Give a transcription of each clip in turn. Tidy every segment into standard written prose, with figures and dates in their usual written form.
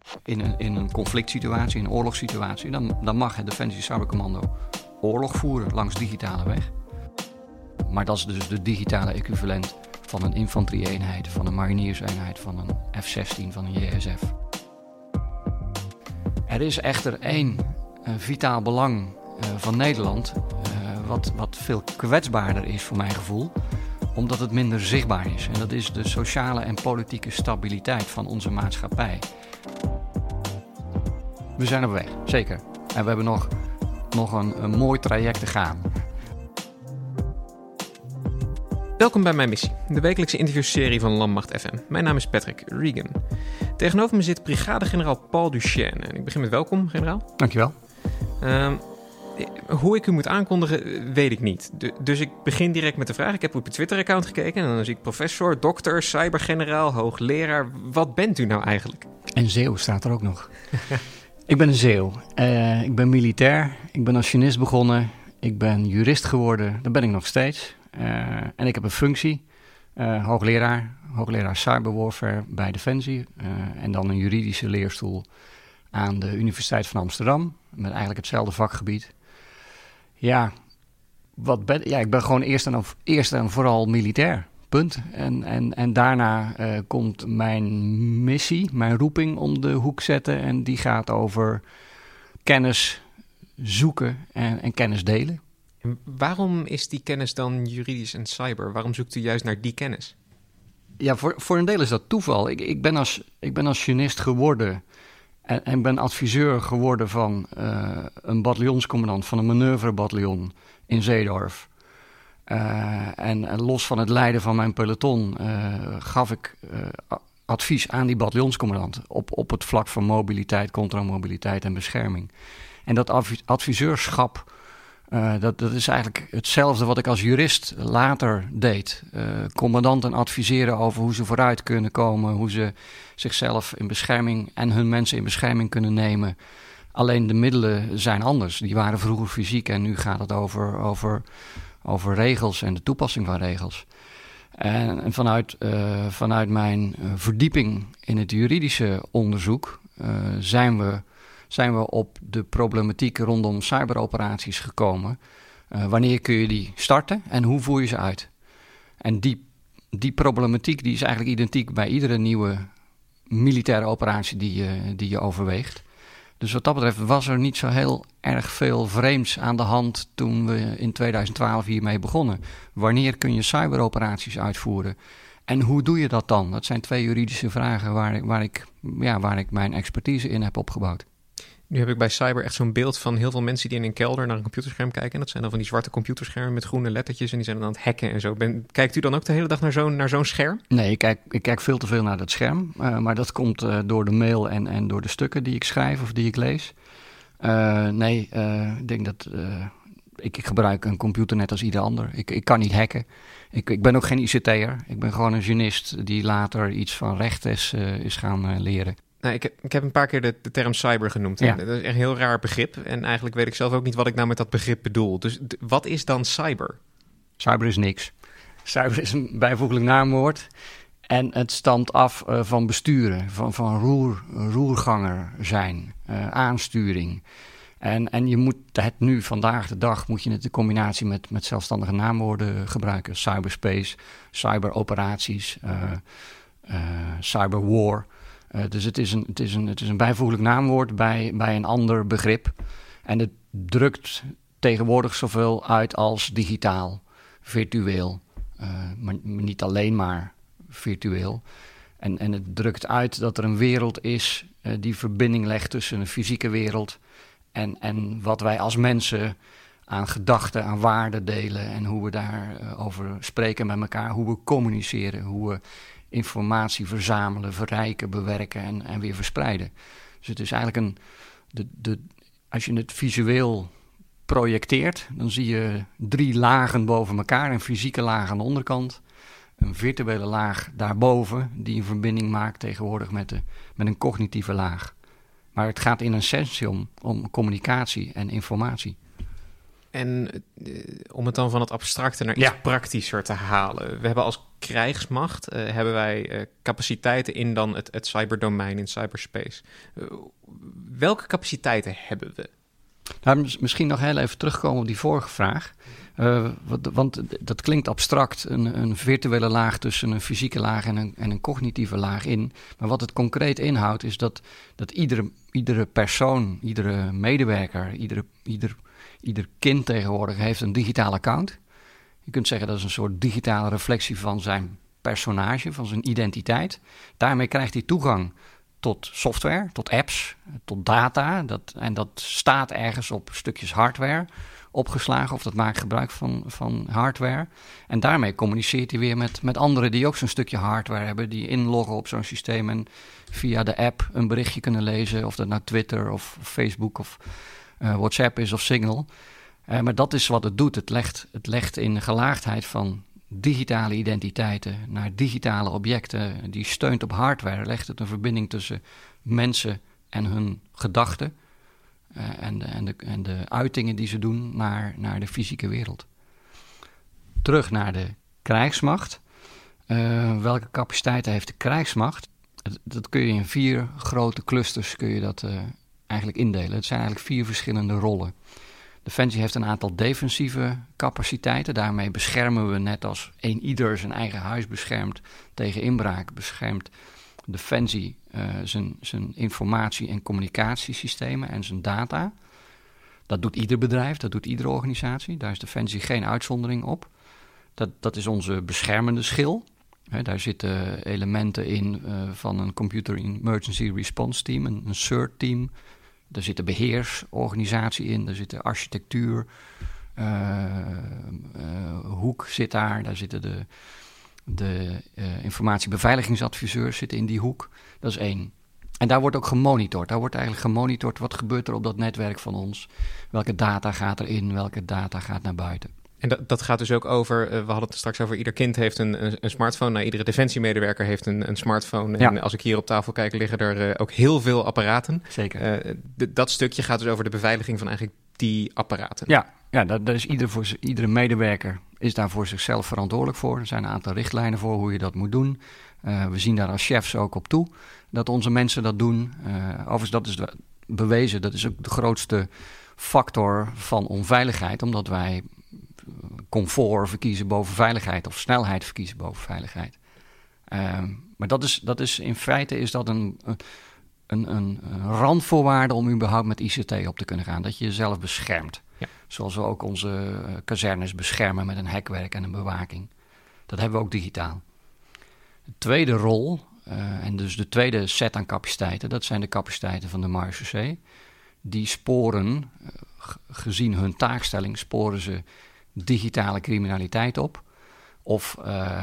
In een conflict situatie, in een oorlogssituatie, dan mag het Defensie Cybercommando oorlog voeren langs digitale weg. Maar dat is dus de digitale equivalent van een infanterie-eenheid, van een marinierseenheid, van een F-16, van een JSF. Er is echter één vitaal belang van Nederland, wat veel kwetsbaarder is voor mijn gevoel, omdat het minder zichtbaar is. En dat is de sociale en politieke stabiliteit van onze maatschappij. We zijn op weg, zeker. En we hebben nog een mooi traject te gaan. Welkom bij Mijn Missie, de wekelijkse interviewserie van Landmacht FM. Mijn naam is Patrick Regan. Tegenover me zit brigadegeneraal Paul Duchesne. En ik begin met welkom, generaal. Dankjewel. Hoe ik u moet aankondigen, weet ik niet. Dus ik begin direct met de vraag. Ik heb op uw Twitter-account gekeken en dan zie ik professor, dokter, cybergeneraal, hoogleraar. Wat bent u nou eigenlijk? En Zeeuw staat er ook nog. Ik ben een Zeeuw. Ik ben militair. Ik ben als journalist begonnen. Ik ben jurist geworden. Dat ben ik nog steeds. En ik heb een functie. Hoogleraar cyberwarfare bij Defensie. En dan een juridische leerstoel aan de Universiteit van Amsterdam. Met eigenlijk hetzelfde vakgebied. Ja, ik ben gewoon eerst en vooral militair. Punt. En daarna komt mijn missie, mijn roeping om de hoek zetten. En die gaat over kennis zoeken en kennis delen. En waarom is die kennis dan juridisch en cyber? Waarom zoekt u juist naar die kennis? Ja, voor een deel is dat toeval. Ik ben als journalist geworden en ben adviseur geworden van een bataljonscommandant van een manoeuvrebataljon in Zeedorf. En los van het leiden van mijn peloton gaf ik advies aan die bataljonscommandant op het vlak van mobiliteit, contra-mobiliteit en bescherming. En dat adviseurschap, dat is eigenlijk hetzelfde wat ik als jurist later deed. Commandanten adviseren over hoe ze vooruit kunnen komen, hoe ze zichzelf in bescherming en hun mensen in bescherming kunnen nemen. Alleen de middelen zijn anders. Die waren vroeger fysiek en nu gaat het over regels en de toepassing van regels. En vanuit mijn verdieping in het juridische onderzoek zijn we op de problematiek rondom cyberoperaties gekomen. Wanneer kun je die starten en hoe voer je ze uit? En die problematiek die is eigenlijk identiek bij iedere nieuwe militaire operatie die je overweegt. Dus wat dat betreft was er niet zo heel erg veel vreemds aan de hand toen we in 2012 hiermee begonnen. Wanneer kun je cyberoperaties uitvoeren? En hoe doe je dat dan? Dat zijn twee juridische vragen waar ik mijn expertise in heb opgebouwd. Nu heb ik bij cyber echt zo'n beeld van heel veel mensen die in een kelder naar een computerscherm kijken. En dat zijn dan van die zwarte computerschermen met groene lettertjes en die zijn dan aan het hacken en zo. Kijkt u dan ook de hele dag naar zo'n scherm? Nee, ik kijk veel te veel naar dat scherm. Maar dat komt door de mail en door de stukken die ik schrijf of die ik lees. Ik denk dat ik gebruik een computer net als ieder ander. Ik kan niet hacken. Ik ben ook geen ICT'er. Ik ben gewoon een journalist die later iets van recht is gaan leren. Nou, ik heb een paar keer de term cyber genoemd. Ja. Dat is echt een heel raar begrip. En eigenlijk weet ik zelf ook niet wat ik nou met dat begrip bedoel. Dus wat is dan cyber? Cyber is niks. Cyber is een bijvoeglijk naamwoord. En het stamt af van besturen, van roerganger zijn, aansturing. En je moet het nu, vandaag de dag, moet je het in combinatie met zelfstandige naamwoorden gebruiken. Cyberspace, cyberoperaties, cyberwar. Dus het is een bijvoeglijk naamwoord bij een ander begrip. En het drukt tegenwoordig zoveel uit als digitaal, virtueel. Maar niet alleen maar virtueel. En het drukt uit dat er een wereld is die verbinding legt tussen een fysieke wereld en wat wij als mensen aan gedachten, aan waarden delen en hoe we daarover spreken met elkaar, hoe we communiceren, hoe we informatie verzamelen, verrijken, bewerken en weer verspreiden. Dus het is eigenlijk als je het visueel projecteert, dan zie je 3 lagen boven elkaar, een fysieke laag aan de onderkant, een virtuele laag daarboven, die een verbinding maakt tegenwoordig met een cognitieve laag. Maar het gaat in essentie om communicatie en informatie. En om het dan van het abstracte naar iets praktischer te halen. We hebben als krijgsmacht hebben wij capaciteiten in dan het cyberdomein, in cyberspace. Welke capaciteiten hebben we? Nou, misschien nog heel even terugkomen op die vorige vraag. Want dat klinkt abstract, een virtuele laag tussen een fysieke laag en een cognitieve laag in. Maar wat het concreet inhoudt is dat iedere persoon, iedere medewerker, ieder kind tegenwoordig heeft een digitaal account. Je kunt zeggen dat is een soort digitale reflectie van zijn personage, van zijn identiteit. Daarmee krijgt hij toegang tot software, tot apps, tot data. En dat staat ergens op stukjes hardware opgeslagen of dat maakt gebruik van hardware. En daarmee communiceert hij weer met anderen die ook zo'n stukje hardware hebben, die inloggen op zo'n systeem en via de app een berichtje kunnen lezen, of dat nou Twitter of Facebook of WhatsApp is of Signal. Maar dat is wat het doet. Het legt in de gelaagdheid van digitale identiteiten naar digitale objecten die steunt op hardware, legt het een verbinding tussen mensen en hun gedachten en de uitingen die ze doen naar de fysieke wereld. Terug naar de krijgsmacht. Welke capaciteiten heeft de krijgsmacht? Dat kun je in 4 grote clusters eigenlijk indelen. Het zijn eigenlijk 4 verschillende rollen. Defensie heeft een aantal defensieve capaciteiten. Daarmee beschermen we, net als ieder zijn eigen huis beschermt tegen inbraak, beschermt Defensie zijn informatie- en communicatiesystemen en zijn data. Dat doet ieder bedrijf, dat doet iedere organisatie. Daar is Defensie geen uitzondering op. Dat is onze beschermende schil. Daar zitten elementen in van een Computer Emergency Response Team, een CERT-team. Er zit de beheersorganisatie in, er zit de architectuur, hoek zit daar zitten de informatiebeveiligingsadviseurs zitten in die hoek. Dat is 1. En daar wordt ook gemonitord. Daar wordt eigenlijk gemonitord wat gebeurt er op dat netwerk van ons. Welke data gaat erin, welke data gaat naar buiten. En dat gaat dus ook over, we hadden het straks over, ieder kind heeft een smartphone. Nou, iedere defensiemedewerker heeft een smartphone. Ja. En als ik hier op tafel kijk, liggen er ook heel veel apparaten. Zeker. Dat stukje gaat dus over de beveiliging van eigenlijk die apparaten. Ja, dat is iedere medewerker is daar voor zichzelf verantwoordelijk voor. Er zijn een aantal richtlijnen voor hoe je dat moet doen. We zien daar als chefs ook op toe dat onze mensen dat doen. Overigens, dat is bewezen, dat is ook de grootste factor van onveiligheid, omdat wij comfort verkiezen boven veiligheid of snelheid verkiezen boven veiligheid. Maar dat is in feite is dat een randvoorwaarde om überhaupt met ICT op te kunnen gaan. Dat je jezelf beschermt. Ja. Zoals we ook onze kazernes beschermen met een hekwerk en een bewaking. Dat hebben we ook digitaal. De tweede rol, en dus de tweede set aan capaciteiten, dat zijn de capaciteiten van de marechaussee. Die sporen, gezien hun taakstelling, sporen ze digitale criminaliteit op. Of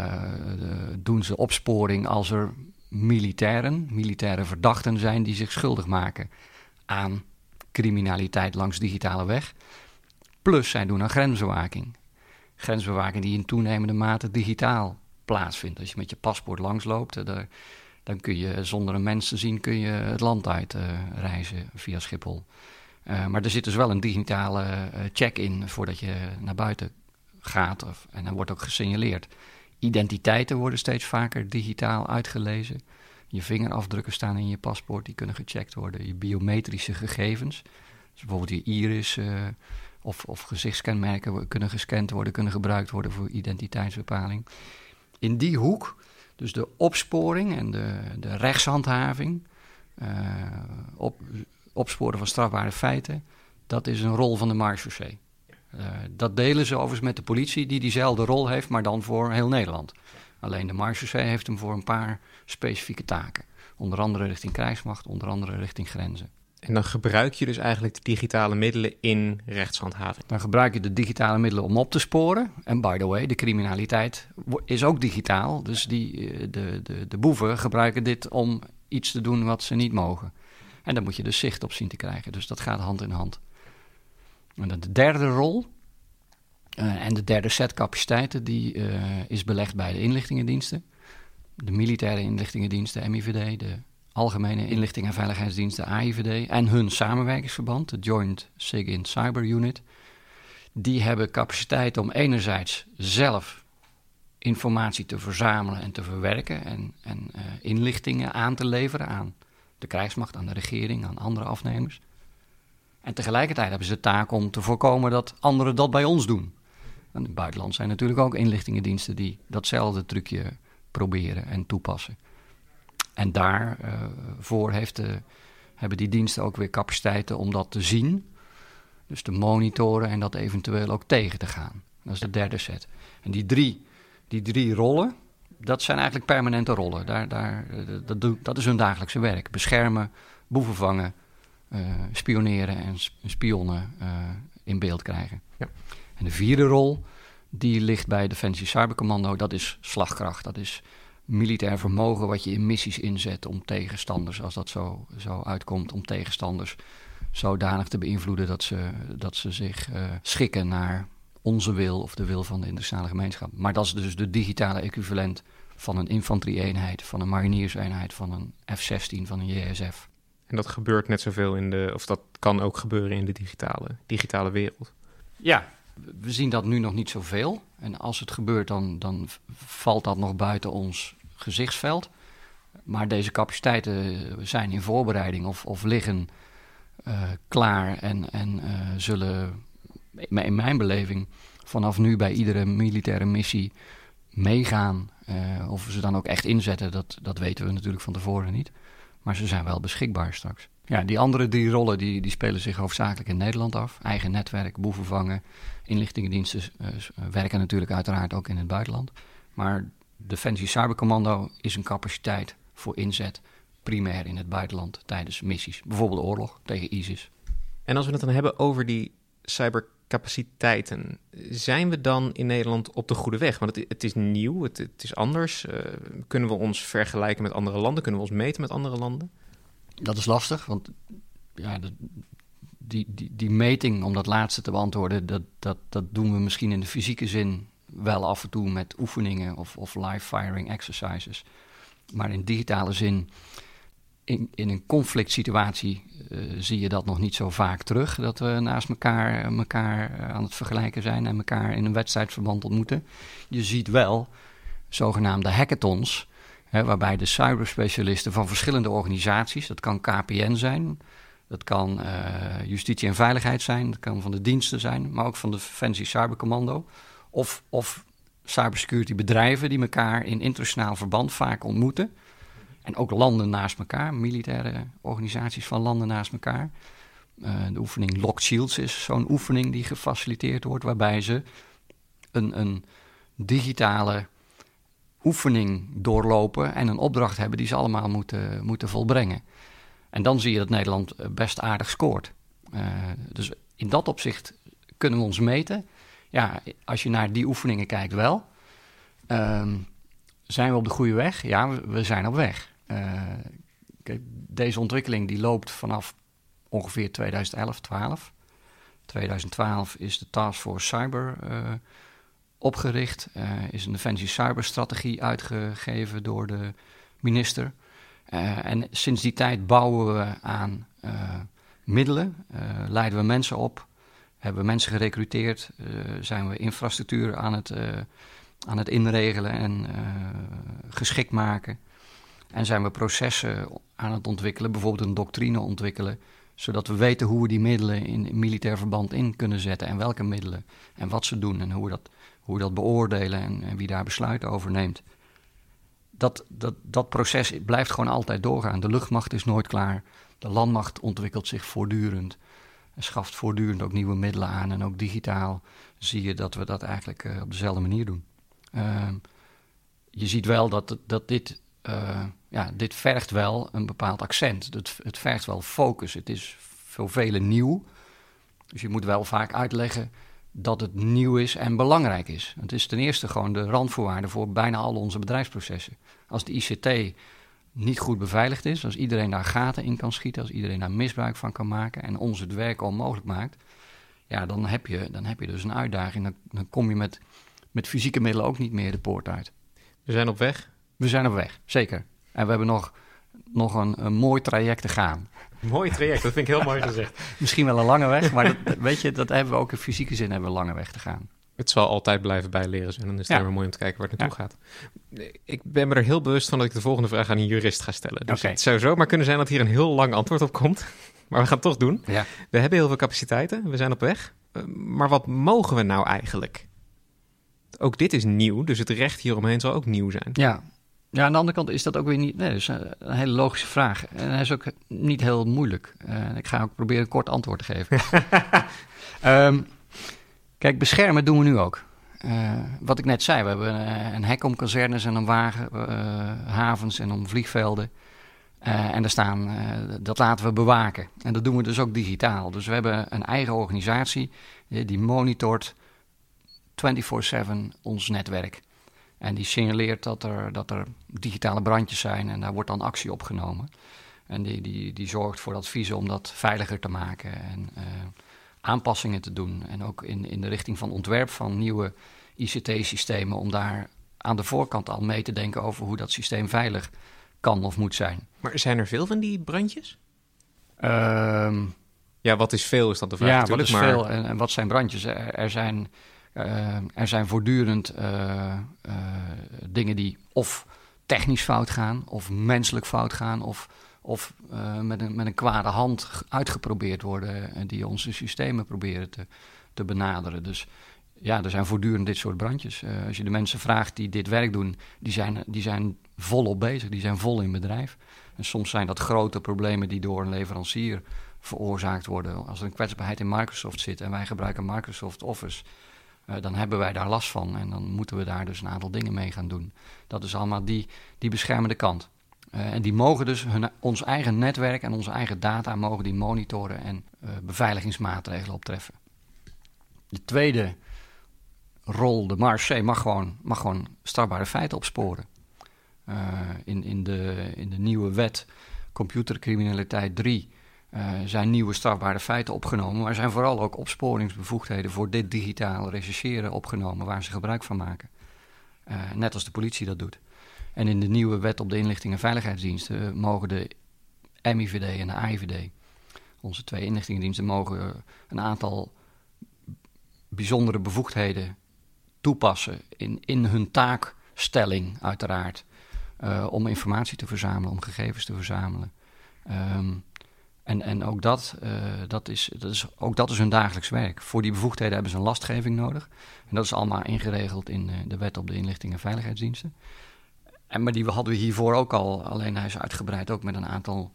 doen ze opsporing als er militaire verdachten zijn die zich schuldig maken aan criminaliteit langs digitale weg. Plus zij doen aan grensbewaking. Grensbewaking die in toenemende mate digitaal plaatsvindt. Als je met je paspoort langsloopt, dan kun je zonder een mens te zien kun je het land uit reizen via Schiphol. Maar er zit dus wel een digitale check in voordat je naar buiten gaat. En dan wordt ook gesignaleerd. Identiteiten worden steeds vaker digitaal uitgelezen. Je vingerafdrukken staan in je paspoort, die kunnen gecheckt worden. Je biometrische gegevens, dus bijvoorbeeld je iris of gezichtskenmerken kunnen gescand worden, kunnen gebruikt worden voor identiteitsbepaling. In die hoek, dus de opsporing en de rechtshandhaving, opsporen van strafbare feiten, dat is een rol van de marechaussee. Dat delen ze overigens met de politie, die diezelfde rol heeft, maar dan voor heel Nederland. Alleen de marechaussee heeft hem voor een paar specifieke taken. Onder andere richting krijgsmacht, onder andere richting grenzen. En dan gebruik je dus eigenlijk de digitale middelen in rechtshandhaving? Dan gebruik je de digitale middelen om op te sporen. En by the way, de criminaliteit is ook digitaal. Dus de boeven gebruiken dit om iets te doen wat ze niet mogen. En daar moet je dus zicht op zien te krijgen. Dus dat gaat hand in hand. En dan de derde rol en de derde set capaciteiten, die is belegd bij de inlichtingendiensten. De militaire inlichtingendiensten, MIVD, de Algemene Inlichting en Veiligheidsdienst, de AIVD, en hun samenwerkingsverband, de Joint SIGINT Cyber Unit. Die hebben capaciteit om enerzijds zelf informatie te verzamelen en te verwerken en inlichtingen aan te leveren aan de krijgsmacht, aan de regering, aan andere afnemers. En tegelijkertijd hebben ze de taak om te voorkomen dat anderen dat bij ons doen. En in het buitenland zijn natuurlijk ook inlichtingendiensten die datzelfde trucje proberen en toepassen. En daarvoor hebben die diensten ook weer capaciteiten om dat te zien. Dus te monitoren en dat eventueel ook tegen te gaan. Dat is de derde set. En die drie rollen, dat zijn eigenlijk permanente rollen. Dat is hun dagelijkse werk. Beschermen, boeven vangen, spioneren en spionnen in beeld krijgen. Ja. En de vierde rol, die ligt bij Defensie Cybercommando. Dat is slagkracht. Dat is militair vermogen wat je in missies inzet om tegenstanders, als dat zo uitkomt, om tegenstanders zodanig te beïnvloeden dat ze zich schikken naar onze wil of de wil van de internationale gemeenschap. Maar dat is dus de digitale equivalent van een infanterie-eenheid, van een marinierseenheid, van een F-16, van een JSF. En dat gebeurt net zoveel of dat kan ook gebeuren in de digitale wereld? Ja, we zien dat nu nog niet zoveel. En als het gebeurt, dan valt dat nog buiten ons gezichtsveld. Maar deze capaciteiten zijn in voorbereiding of liggen klaar en zullen in mijn beleving vanaf nu bij iedere militaire missie meegaan. Of we ze dan ook echt inzetten, dat weten we natuurlijk van tevoren niet. Maar ze zijn wel beschikbaar straks. Ja, die andere drie rollen die spelen zich hoofdzakelijk in Nederland af. Eigen netwerk, boeven vangen, inlichtingendiensten werken natuurlijk uiteraard ook in het buitenland. Maar Defensie Cybercommando is een capaciteit voor inzet primair in het buitenland tijdens missies. Bijvoorbeeld oorlog tegen ISIS. En als we het dan hebben over die cybercapaciteiten, zijn we dan in Nederland op de goede weg? Want het is nieuw, het is anders. Kunnen we ons vergelijken met andere landen? Kunnen we ons meten met andere landen? Dat is lastig, want ja, die meting, om dat laatste te beantwoorden, dat doen we misschien in de fysieke zin wel af en toe met oefeningen of live firing exercises. Maar in digitale zin, in een conflict situatie zie je dat nog niet zo vaak terug. Dat we naast elkaar aan het vergelijken zijn en elkaar in een wedstrijdverband ontmoeten. Je ziet wel zogenaamde hackathons, waarbij de cyberspecialisten van verschillende organisaties, dat kan KPN zijn, dat kan justitie en veiligheid zijn, dat kan van de diensten zijn, maar ook van de Defensie Cybercommando. Of cybersecurity bedrijven die elkaar in internationaal verband vaak ontmoeten. En ook landen naast elkaar, militaire organisaties van landen naast elkaar. De oefening Locked Shields is zo'n oefening die gefaciliteerd wordt, waarbij ze een digitale oefening doorlopen en een opdracht hebben die ze allemaal moeten volbrengen. En dan zie je dat Nederland best aardig scoort. Dus in dat opzicht kunnen we ons meten. Ja, als je naar die oefeningen kijkt wel. Zijn we op de goede weg? Ja, we zijn op weg. Kijk, deze ontwikkeling die loopt vanaf ongeveer 2011-12. 2012 is de Taskforce Cyber opgericht. Is een Defensie Cyberstrategie uitgegeven door de minister. En sinds die tijd bouwen we aan middelen, leiden we mensen op, hebben we mensen gerecruiteerd, zijn we infrastructuur aan het inregelen en geschikt maken. En zijn we processen aan het ontwikkelen, bijvoorbeeld een doctrine ontwikkelen, zodat we weten hoe we die middelen in militair verband in kunnen zetten en welke middelen en wat ze doen en hoe we dat beoordelen en wie daar besluiten over neemt. Dat proces blijft gewoon altijd doorgaan. De luchtmacht is nooit klaar. De landmacht ontwikkelt zich voortdurend. En schaft voortdurend ook nieuwe middelen aan. En ook digitaal zie je dat we dat eigenlijk op dezelfde manier doen. Je ziet wel dat dit vergt wel een bepaald accent. Het vergt wel focus. Het is voor velen nieuw. Dus je moet wel vaak uitleggen dat het nieuw is en belangrijk is. Het is ten eerste gewoon de randvoorwaarde voor bijna al onze bedrijfsprocessen. Als de ICT niet goed beveiligd is, als iedereen daar gaten in kan schieten, als iedereen daar misbruik van kan maken en ons het werk onmogelijk maakt, ja, dan heb je dus een uitdaging. Dan kom je met fysieke middelen ook niet meer de poort uit. We zijn op weg? We zijn op weg, zeker. En we hebben nog een mooi traject te gaan. Mooi traject, dat vind ik heel mooi gezegd. Misschien wel een lange weg, maar dat hebben we ook in fysieke zin hebben we een lange weg te gaan. Het zal altijd blijven bijleren zijn. En dan is het weer mooi om te kijken waar het naartoe gaat. Ik ben me er heel bewust van dat ik de volgende vraag aan een jurist ga stellen. Dus het zou zomaar kunnen zijn dat hier een heel lang antwoord op komt. Maar we gaan het toch doen. Ja. We hebben heel veel capaciteiten. We zijn op weg. Maar wat mogen we nou eigenlijk? Ook dit is nieuw, dus het recht hieromheen zal ook nieuw zijn. Ja, aan de andere kant is dat ook weer niet... Nee, dat is een hele logische vraag. En hij is ook niet heel moeilijk. Ik ga ook proberen een kort antwoord te geven. Kijk, beschermen doen we nu ook. Wat ik net zei, we hebben een hek om kazernes en om havens en om vliegvelden. En daar staan, dat laten we bewaken. En dat doen we dus ook digitaal. Dus we hebben een eigen organisatie die monitort 24/7 ons netwerk. En die signaleert dat er digitale brandjes zijn en daar wordt dan actie opgenomen. En die zorgt voor adviezen om dat veiliger te maken en aanpassingen te doen. En ook in de richting van ontwerp van nieuwe ICT-systemen om daar aan de voorkant al mee te denken over hoe dat systeem veilig kan of moet zijn. Maar zijn er veel van die brandjes? Wat is veel is dat de vraag natuurlijk. Ja, wat is veel en wat zijn brandjes? Er zijn voortdurend dingen die of technisch fout gaan, of menselijk fout gaan, of met een kwade hand uitgeprobeerd worden die onze systemen proberen te benaderen. Dus ja, er zijn voortdurend dit soort brandjes. Als je de mensen vraagt die dit werk doen, die zijn volop bezig, die zijn vol in bedrijf. En soms zijn dat grote problemen die door een leverancier veroorzaakt worden. Als er een kwetsbaarheid in Microsoft zit en wij gebruiken Microsoft Office, dan hebben wij daar last van en dan moeten we daar dus een aantal dingen mee gaan doen. Dat is allemaal die beschermende kant. En die mogen dus ons eigen netwerk en onze eigen data mogen die monitoren en beveiligingsmaatregelen optreffen. De tweede rol, de Marché, mag gewoon strafbare feiten opsporen. In de nieuwe wet computercriminaliteit 3 zijn nieuwe strafbare feiten opgenomen, maar er zijn vooral ook opsporingsbevoegdheden voor dit digitale rechercheren opgenomen waar ze gebruik van maken. Net als de politie dat doet. En in de nieuwe wet op de inlichting en veiligheidsdiensten mogen de MIVD en de AIVD, onze twee inlichtingendiensten, mogen een aantal bijzondere bevoegdheden toepassen in hun taakstelling uiteraard. Om informatie te verzamelen, om gegevens te verzamelen. En ook dat is hun dagelijks werk. Voor die bevoegdheden hebben ze een lastgeving nodig. En dat is allemaal ingeregeld in de wet op de inlichting en veiligheidsdiensten. Maar die hadden we hiervoor ook al, alleen hij is uitgebreid ook met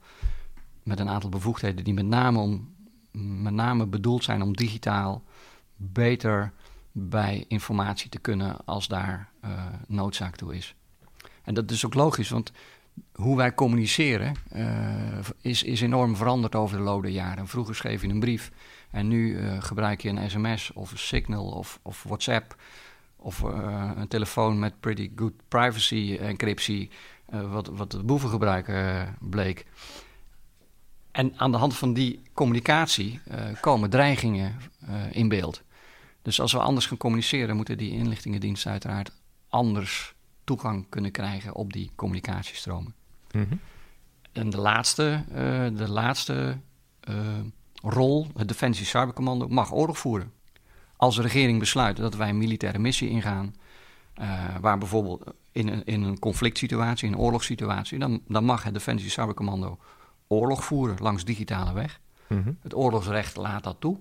een aantal bevoegdheden die met name bedoeld zijn om digitaal beter bij informatie te kunnen als daar noodzaak toe is. En dat is ook logisch, want hoe wij communiceren is enorm veranderd over de loop der jaren. Vroeger schreef je een brief en nu gebruik je een sms of een Signal of WhatsApp of een telefoon met pretty good privacy-encryptie, wat de boevengebruik bleek. En aan de hand van die communicatie komen dreigingen in beeld. Dus als we anders gaan communiceren, moeten die inlichtingendiensten uiteraard anders toegang kunnen krijgen op die communicatiestromen. Mm-hmm. En de laatste rol, het Defensie Cybercommando, mag oorlog voeren. Als de regering besluit dat wij een militaire missie ingaan, waar bijvoorbeeld in een conflict situatie, in een oorlogssituatie, dan mag het Defensie Cybercommando oorlog voeren langs digitale weg. Mm-hmm. Het oorlogsrecht laat dat toe.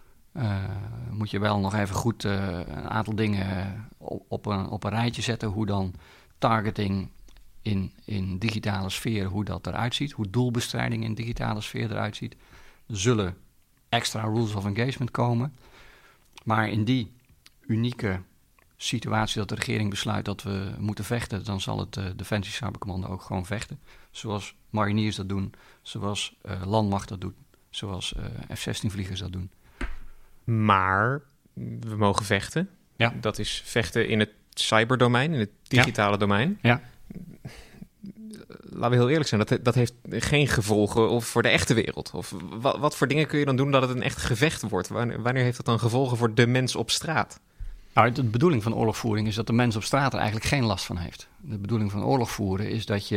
Moet je wel nog even goed een aantal dingen op een rijtje zetten, hoe dan targeting in digitale sfeer, hoe dat eruit ziet, hoe doelbestrijding in digitale sfeer eruit ziet. Er zullen extra rules of engagement komen, maar in die unieke situatie dat de regering besluit dat we moeten vechten, dan zal het Defensie Cybercommando ook gewoon vechten. Zoals mariniers dat doen, zoals landmacht dat doet, zoals F-16-vliegers dat doen. Maar we mogen vechten. Ja. Dat is vechten in het cyberdomein, in het digitale domein. Ja. Laten we heel eerlijk zijn, dat heeft geen gevolgen voor de echte wereld. Of wat voor dingen kun je dan doen dat het een echt gevecht wordt? Wanneer heeft dat dan gevolgen voor de mens op straat? Nou, de bedoeling van oorlogvoering is dat de mens op straat er eigenlijk geen last van heeft. De bedoeling van oorlog voeren is dat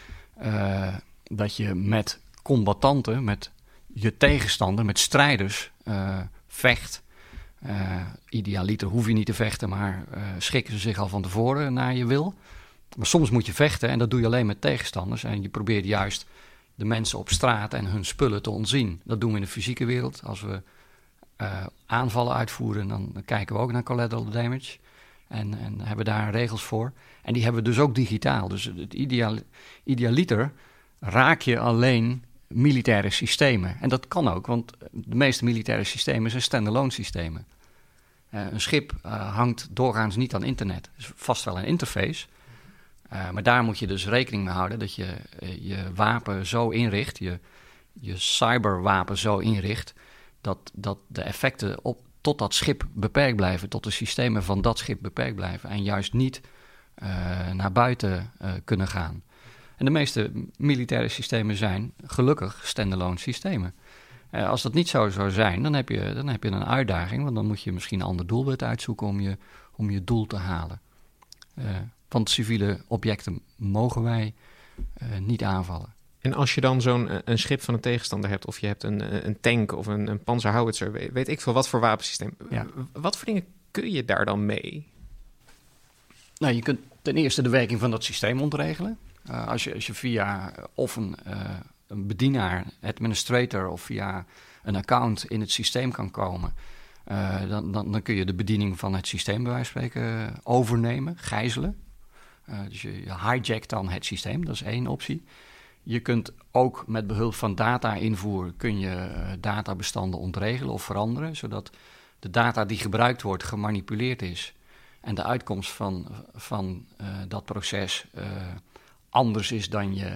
je met combattanten, met je tegenstander, met strijders vecht Idealiter hoef je niet te vechten, maar schikken ze zich al van tevoren naar je wil. Maar soms moet je vechten en dat doe je alleen met tegenstanders. En je probeert juist de mensen op straat en hun spullen te ontzien. Dat doen we in de fysieke wereld. Als we aanvallen uitvoeren, dan kijken we ook naar collateral damage. En hebben daar regels voor. En die hebben we dus ook digitaal. Dus het idealiter raak je alleen militaire systemen. En dat kan ook, want de meeste militaire systemen zijn standalone systemen. Een schip hangt doorgaans niet aan internet. Dus vast wel een interface. Maar daar moet je dus rekening mee houden dat je je wapen zo inricht, je cyberwapen zo inricht, dat de effecten tot dat schip beperkt blijven, tot de systemen van dat schip beperkt blijven en juist niet naar buiten kunnen gaan. En de meeste militaire systemen zijn gelukkig standalone systemen. Als dat niet zo zou zijn, dan heb je een uitdaging, want dan moet je misschien een ander doelwit uitzoeken om je doel te halen. Want civiele objecten mogen wij niet aanvallen. En als je dan een schip van een tegenstander hebt, of je hebt een tank of een panzerhowitzer, weet ik veel wat voor wapensysteem. Ja. Wat voor dingen kun je daar dan mee? Nou, je kunt ten eerste de werking van dat systeem ontregelen. Als je via of een bedienaar, administrator of via een account in het systeem kan komen, dan kun je de bediening van het systeem bij wijze van spreken overnemen, gijzelen. Dus je hijjackt dan het systeem, dat is één optie. Je kunt ook met behulp van data-invoer kun je databestanden ontregelen of veranderen, zodat de data die gebruikt wordt gemanipuleerd is en de uitkomst van dat proces anders is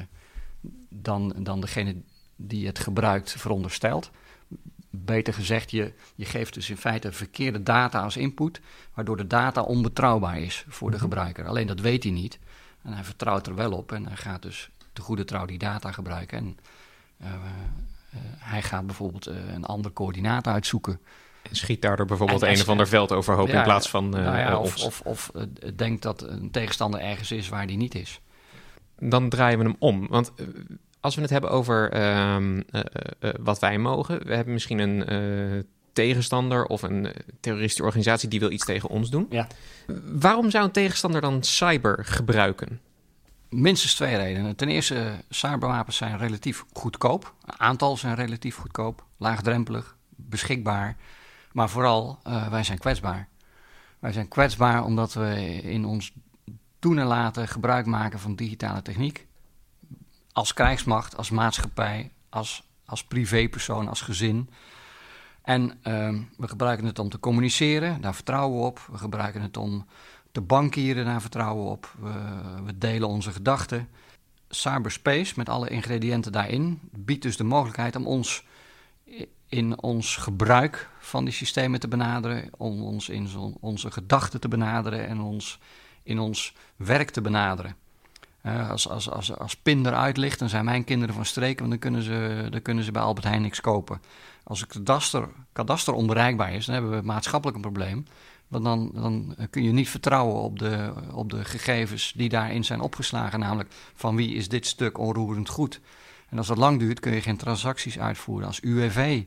dan degene die het gebruikt veronderstelt. Beter gezegd, je geeft dus in feite verkeerde data als input, waardoor de data onbetrouwbaar is voor de gebruiker. Alleen dat weet hij niet en hij vertrouwt er wel op en hij gaat dus te goede trouw die data gebruiken. En hij gaat bijvoorbeeld een ander coördinaat uitzoeken. En schiet daardoor bijvoorbeeld een of ander veld overhoop in plaats van ons. Of denkt dat een tegenstander ergens is waar die niet is. Dan draaien we hem om, want als we het hebben over wat wij mogen, we hebben misschien een tegenstander of een terroristische organisatie die wil iets tegen ons doen. Ja. Waarom zou een tegenstander dan cyber gebruiken? Minstens 2 redenen. Ten eerste, cyberwapens zijn relatief goedkoop. Een aantal zijn relatief goedkoop, laagdrempelig, beschikbaar. Maar vooral, wij zijn kwetsbaar. Wij zijn kwetsbaar omdat we in ons doen en laten gebruik maken van digitale techniek. Als krijgsmacht, als maatschappij, als privépersoon, als gezin. En we gebruiken het om te communiceren, daar vertrouwen we op. We gebruiken het om te bankieren, daar vertrouwen we op. We delen onze gedachten. Cyberspace, met alle ingrediënten daarin, biedt dus de mogelijkheid om ons in ons gebruik van die systemen te benaderen, om ons in onze gedachten te benaderen en ons in ons werk te benaderen. Als PIN eruit ligt, dan zijn mijn kinderen van streek, want dan kunnen ze bij Albert Heijn niks kopen. Als het kadaster onbereikbaar is, dan hebben we maatschappelijk een probleem. Want dan kun je niet vertrouwen op de gegevens die daarin zijn opgeslagen, namelijk van wie is dit stuk onroerend goed. En als dat lang duurt, kun je geen transacties uitvoeren. Als UWV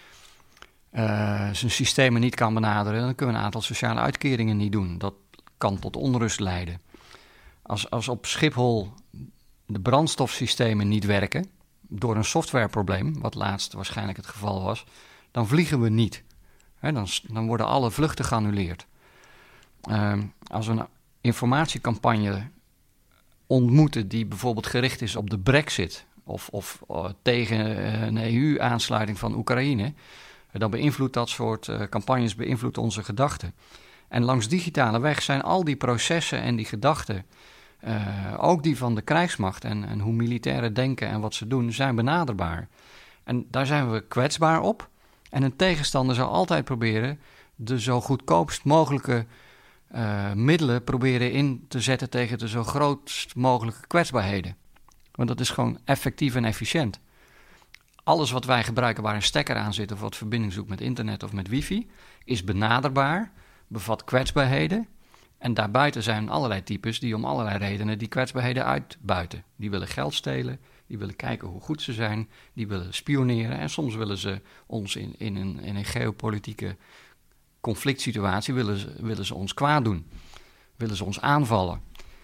zijn systemen niet kan benaderen, dan kunnen we een aantal sociale uitkeringen niet doen. Dat kan tot onrust leiden. Als op Schiphol de brandstofsystemen niet werken, door een softwareprobleem, wat laatst waarschijnlijk het geval was, dan vliegen we niet. Dan worden alle vluchten geannuleerd. Als we een informatiecampagne ontmoeten die bijvoorbeeld gericht is op de Brexit of tegen een EU-aansluiting van Oekraïne, dan beïnvloedt dat soort campagnes onze gedachten. En langs digitale weg zijn al die processen en die gedachten, ook die van de krijgsmacht en hoe militairen denken en wat ze doen, zijn benaderbaar. En daar zijn we kwetsbaar op. En een tegenstander zal altijd proberen de zo goedkoopst mogelijke middelen proberen in te zetten tegen de zo grootst mogelijke kwetsbaarheden. Want dat is gewoon effectief en efficiënt. Alles wat wij gebruiken waar een stekker aan zit of wat verbinding zoekt met internet of met wifi, is benaderbaar, bevat kwetsbaarheden. En daarbuiten zijn allerlei types die om allerlei redenen die kwetsbaarheden uitbuiten. Die willen geld stelen, die willen kijken hoe goed ze zijn, die willen spioneren. En soms willen ze ons in een geopolitieke conflict situatie willen ze ons kwaad doen. Willen ze ons aanvallen.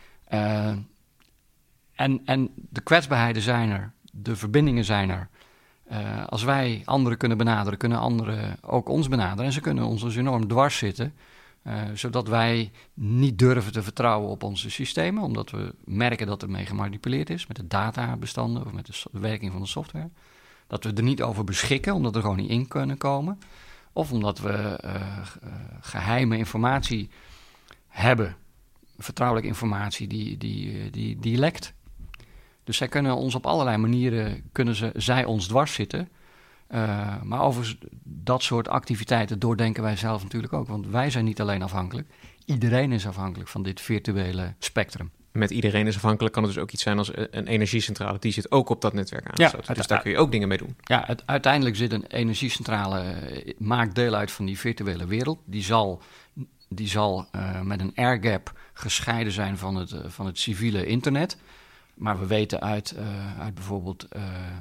En de kwetsbaarheden zijn er. De verbindingen zijn er. Als wij anderen kunnen benaderen, kunnen anderen ook ons benaderen. En ze kunnen ons dus enorm dwars zitten. Zodat wij niet durven te vertrouwen op onze systemen. Omdat we merken dat er mee gemanipuleerd is met de databestanden of met de werking van de software. Dat we er niet over beschikken, omdat we er gewoon niet in kunnen komen. Of omdat we geheime informatie hebben. Vertrouwelijke informatie die lekt. Dus zij kunnen ons op allerlei manieren, zij ons dwars zitten. Maar over dat soort activiteiten doordenken wij zelf natuurlijk ook. Want wij zijn niet alleen afhankelijk. Iedereen is afhankelijk van dit virtuele spectrum. Met iedereen is afhankelijk kan het dus ook iets zijn als een energiecentrale. Die zit ook op dat netwerk aangesloten. Ja, dus daar kun je ook dingen mee doen. Ja, uiteindelijk zit een energiecentrale, maakt deel uit van die virtuele wereld. Die zal met een airgap gescheiden zijn van het civiele internet. Maar we weten uit bijvoorbeeld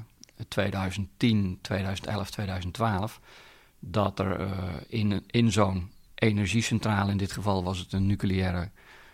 2010, 2011, 2012... dat er in zo'n energiecentrale, in dit geval was het een nucleaire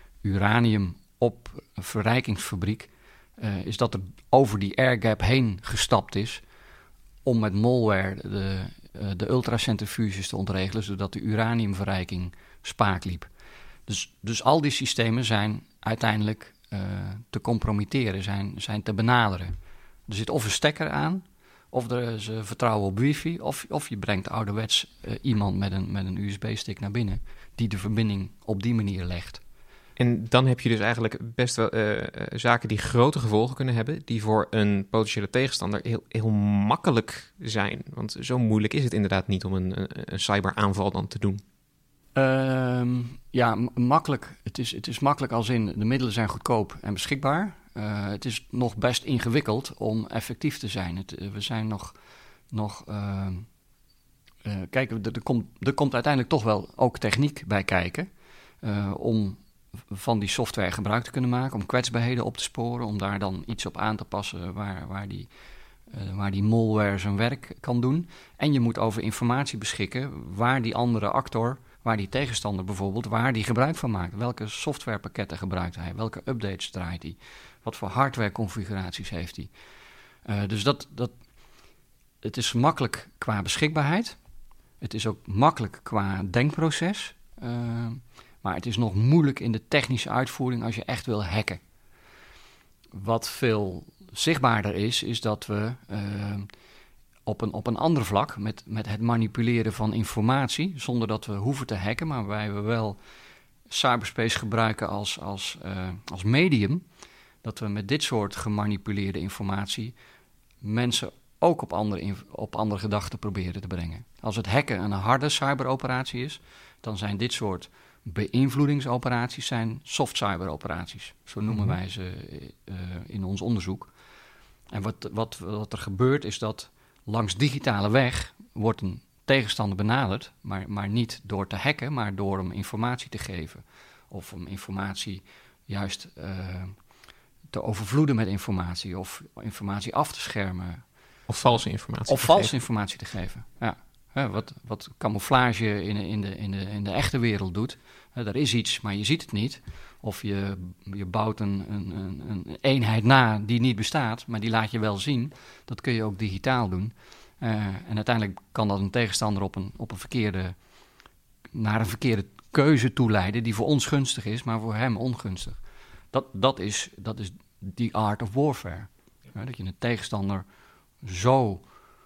uraniumverrijkingsfabriek... is dat er over die airgap heen gestapt is om met malware de ultracentrifuges te ontregelen, zodat de uraniumverrijking spaak liep. Dus al die systemen zijn uiteindelijk te compromitteren, zijn te benaderen. Er zit of een stekker aan, of ze vertrouwen op wifi, of je brengt ouderwets iemand met een USB-stick naar binnen die de verbinding op die manier legt. En dan heb je dus eigenlijk best wel zaken die grote gevolgen kunnen hebben, die voor een potentiële tegenstander heel, heel makkelijk zijn. Want zo moeilijk is het inderdaad niet om een cyberaanval dan te doen. Makkelijk. Het is makkelijk als in de middelen zijn goedkoop en beschikbaar. Het is nog best ingewikkeld om effectief te zijn. We zijn nog kijk, er komt uiteindelijk toch wel ook techniek bij kijken om van die software gebruik te kunnen maken, om kwetsbaarheden op te sporen, om daar dan iets op aan te passen waar die malware zijn werk kan doen. En je moet over informatie beschikken waar die andere actor, waar die tegenstander bijvoorbeeld, waar die gebruik van maakt. Welke softwarepakketten gebruikt hij? Welke updates draait hij? Wat voor hardwareconfiguraties heeft hij? Dus het is makkelijk qua beschikbaarheid. Het is ook makkelijk qua denkproces. Maar het is nog moeilijk in de technische uitvoering als je echt wil hacken. Wat veel zichtbaarder is dat we op een ander vlak, met het manipuleren van informatie, zonder dat we hoeven te hacken, maar wij we wel cyberspace gebruiken als medium, dat we met dit soort gemanipuleerde informatie mensen ook op andere gedachten proberen te brengen. Als het hacken een harde cyberoperatie is, dan zijn dit soort beïnvloedingsoperaties zijn soft cyberoperaties. Zo noemen wij ze in ons onderzoek. En wat er gebeurt is dat langs digitale weg wordt een tegenstander benaderd, maar niet door te hacken, maar door hem informatie te geven. Of om informatie juist te overvloeden met informatie, of informatie af te schermen. Of valse informatie. Of valse informatie te geven, ja. Wat camouflage in de echte wereld doet. Er is iets, maar je ziet het niet. Of je bouwt een eenheid na die niet bestaat, maar die laat je wel zien. Dat kun je ook digitaal doen. En uiteindelijk kan dat een tegenstander naar een verkeerde keuze toeleiden die voor ons gunstig is, maar voor hem ongunstig. Dat is die art of warfare. Dat je een tegenstander zo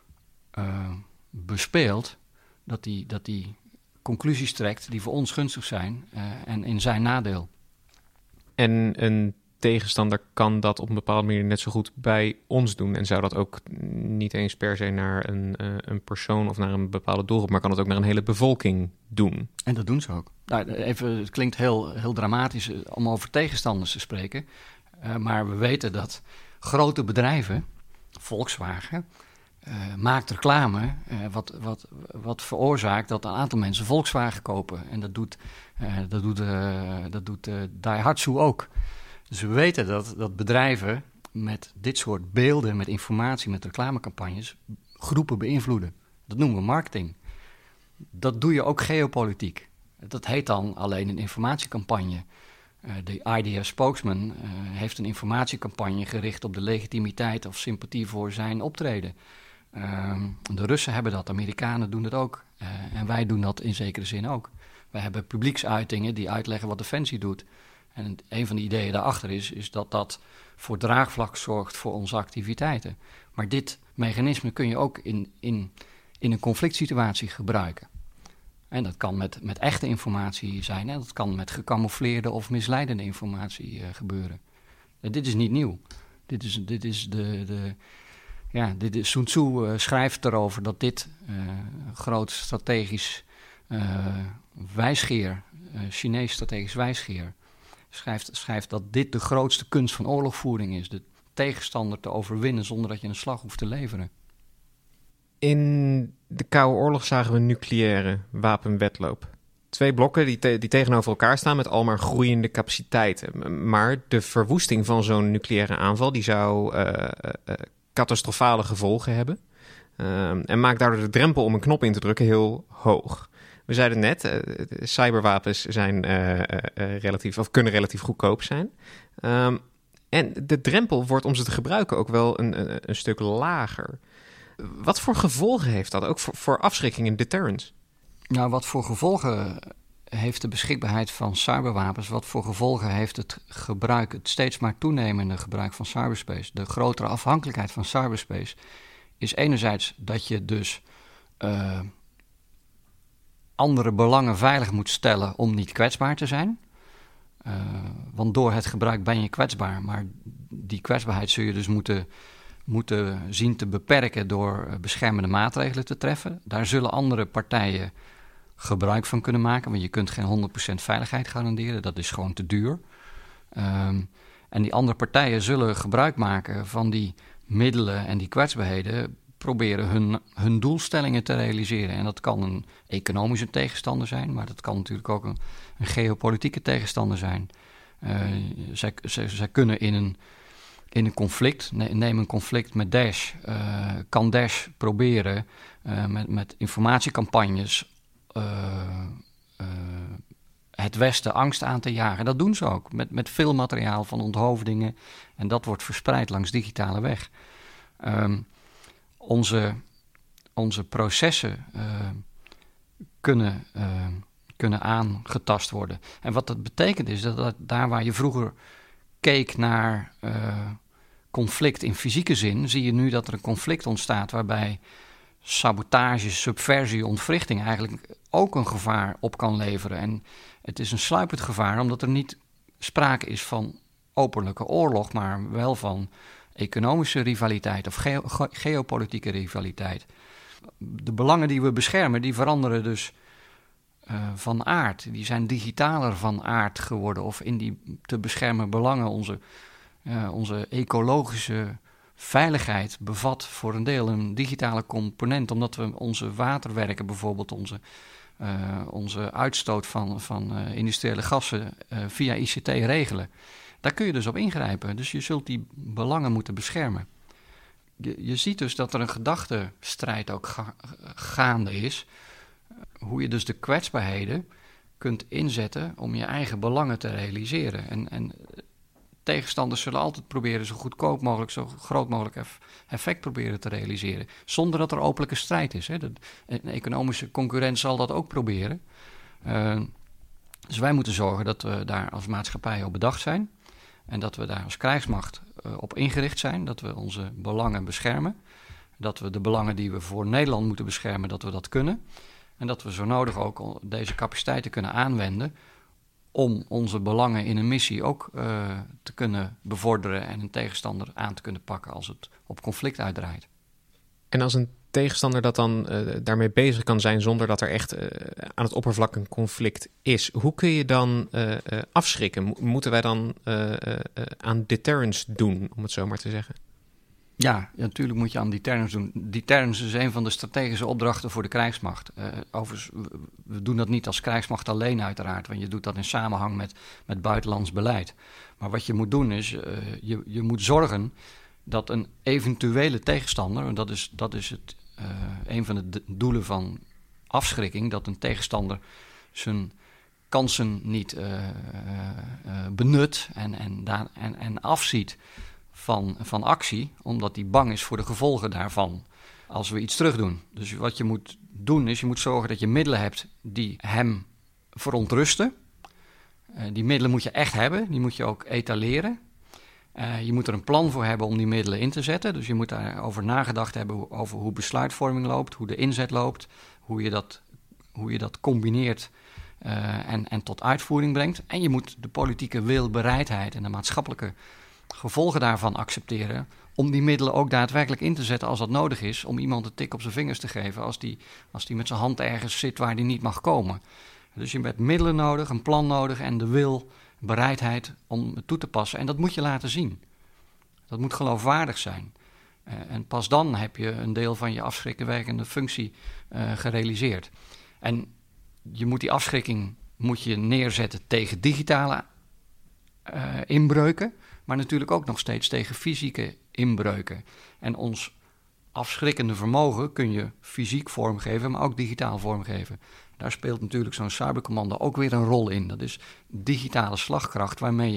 bespeelt dat die conclusies trekt die voor ons gunstig zijn en in zijn nadeel. En een tegenstander kan dat op een bepaalde manier net zo goed bij ons doen. En zou dat ook niet eens per se naar een persoon of naar een bepaalde doelgroep, maar kan het ook naar een hele bevolking doen. En dat doen ze ook. Nou, het klinkt heel dramatisch om over tegenstanders te spreken. Maar we weten dat grote bedrijven, Volkswagen, maakt reclame wat veroorzaakt dat een aantal mensen Volkswagen kopen. En dat doet Daihatsu ook. Dus we weten dat bedrijven met dit soort beelden, met informatie, met reclamecampagnes, groepen beïnvloeden. Dat noemen we marketing. Dat doe je ook geopolitiek. Dat heet dan alleen een informatiecampagne. De IDF spokesman heeft een informatiecampagne gericht op de legitimiteit of sympathie voor zijn optreden. De Russen hebben dat, de Amerikanen doen dat ook. En wij doen dat in zekere zin ook. Wij hebben publieksuitingen die uitleggen wat Defensie doet. En een van de ideeën daarachter is dat dat voor draagvlak zorgt voor onze activiteiten. Maar dit mechanisme kun je ook in een conflict situatie gebruiken. En dat kan met echte informatie zijn. En dat kan met gecamoufleerde of misleidende informatie gebeuren. Dit is niet nieuw. Dit is Sun Tzu schrijft erover dat dit groot strategisch wijsgeer, Chinees strategisch wijsgeer, schrijft dat dit de grootste kunst van oorlogvoering is. De tegenstander te overwinnen zonder dat je een slag hoeft te leveren. In de Koude Oorlog zagen we nucleaire wapenwedloop. 2 blokken die tegenover elkaar staan met almaar groeiende capaciteiten. Maar de verwoesting van zo'n nucleaire aanval die zou catastrofale gevolgen hebben. En maakt daardoor de drempel om een knop in te drukken heel hoog. We zeiden net, cyberwapens zijn kunnen relatief goedkoop zijn. En de drempel wordt om ze te gebruiken ook wel een stuk lager. Wat voor gevolgen heeft dat ook voor afschrikking en deterrence? Nou, wat voor gevolgen heeft de beschikbaarheid van cyberwapens? Wat voor gevolgen heeft het steeds maar toenemende gebruik van cyberspace? De grotere afhankelijkheid van cyberspace is enerzijds dat je dus andere belangen veilig moet stellen om niet kwetsbaar te zijn. Want door het gebruik ben je kwetsbaar, maar die kwetsbaarheid zul je dus moeten zien te beperken door beschermende maatregelen te treffen. Daar zullen andere partijen gebruik van kunnen maken, want je kunt geen 100% veiligheid garanderen. Dat is gewoon te duur. En die andere partijen zullen gebruik maken van die middelen en die kwetsbaarheden, proberen hun doelstellingen te realiseren. En dat kan een economische tegenstander zijn, maar dat kan natuurlijk ook een geopolitieke tegenstander zijn. Zij kunnen in een conflict, neem een conflict met Daesh, kan Daesh proberen met informatiecampagnes het Westen angst aan te jagen. Dat doen ze ook, met veel materiaal van onthoofdingen. En dat wordt verspreid langs digitale weg. Onze processen kunnen aangetast worden. En wat dat betekent is dat daar waar je vroeger keek naar conflict in fysieke zin, zie je nu dat er een conflict ontstaat waarbij sabotage, subversie, ontwrichting eigenlijk ook een gevaar op kan leveren. En het is een sluipend gevaar, omdat er niet sprake is van openlijke oorlog, maar wel van economische rivaliteit of geopolitieke rivaliteit. De belangen die we beschermen, die veranderen dus van aard. Die zijn digitaler van aard geworden. Of in die te beschermen belangen, onze ecologische veiligheid bevat voor een deel een digitale component. Omdat we onze waterwerken bijvoorbeeld, onze uitstoot van industriële gassen via ICT regelen. Daar kun je dus op ingrijpen. Dus je zult die belangen moeten beschermen. Je ziet dus dat er een gedachtestrijd ook gaande is. Hoe je dus de kwetsbaarheden kunt inzetten om je eigen belangen te realiseren. En tegenstanders zullen altijd proberen zo goedkoop mogelijk, zo groot mogelijk effect proberen te realiseren. Zonder dat er openlijke strijd is. Hè. Een economische concurrent zal dat ook proberen. Dus wij moeten zorgen dat we daar als maatschappij op bedacht zijn. En dat we daar als krijgsmacht op ingericht zijn. Dat we onze belangen beschermen. Dat we de belangen die we voor Nederland moeten beschermen, dat we dat kunnen. En dat we zo nodig ook deze capaciteiten kunnen aanwenden om onze belangen in een missie ook te kunnen bevorderen en een tegenstander aan te kunnen pakken als het op conflict uitdraait. En als een tegenstander dat dan daarmee bezig kan zijn zonder dat er echt aan het oppervlak een conflict is, hoe kun je dan afschrikken? Moeten wij dan aan deterrence doen, om het zo maar te zeggen? Ja, natuurlijk moet je aan deterrence doen. Deterrence is een van de strategische opdrachten voor de krijgsmacht. Overigens, we doen dat niet als krijgsmacht alleen uiteraard, want je doet dat in samenhang met buitenlands beleid. Maar wat je moet doen is, je moet zorgen dat een eventuele tegenstander, en dat is een van de doelen van afschrikking, dat een tegenstander zijn kansen niet benut en afziet van actie, omdat hij bang is voor de gevolgen daarvan als we iets terug doen. Dus wat je moet doen is, je moet zorgen dat je middelen hebt die hem verontrusten. Die middelen moet je echt hebben, die moet je ook etaleren. Je moet er een plan voor hebben om die middelen in te zetten. Dus je moet daarover nagedacht hebben over hoe besluitvorming loopt, hoe de inzet loopt, hoe je dat combineert en tot uitvoering brengt. En je moet de politieke wil, bereidheid en de maatschappelijke gevolgen daarvan accepteren om die middelen ook daadwerkelijk in te zetten als dat nodig is, om iemand een tik op zijn vingers te geven als die met zijn hand ergens zit waar die niet mag komen. Dus je hebt middelen nodig, een plan nodig en de wil, bereidheid om het toe te passen. En dat moet je laten zien. Dat moet geloofwaardig zijn. En pas dan heb je een deel van je afschrikkenwerkende functie gerealiseerd. En je moet die afschrikking neerzetten tegen digitale inbreuken, maar natuurlijk ook nog steeds tegen fysieke inbreuken. En ons afschrikkende vermogen kun je fysiek vormgeven, maar ook digitaal vormgeven. Daar speelt natuurlijk zo'n cybercommando ook weer een rol in. Dat is digitale slagkracht waarmee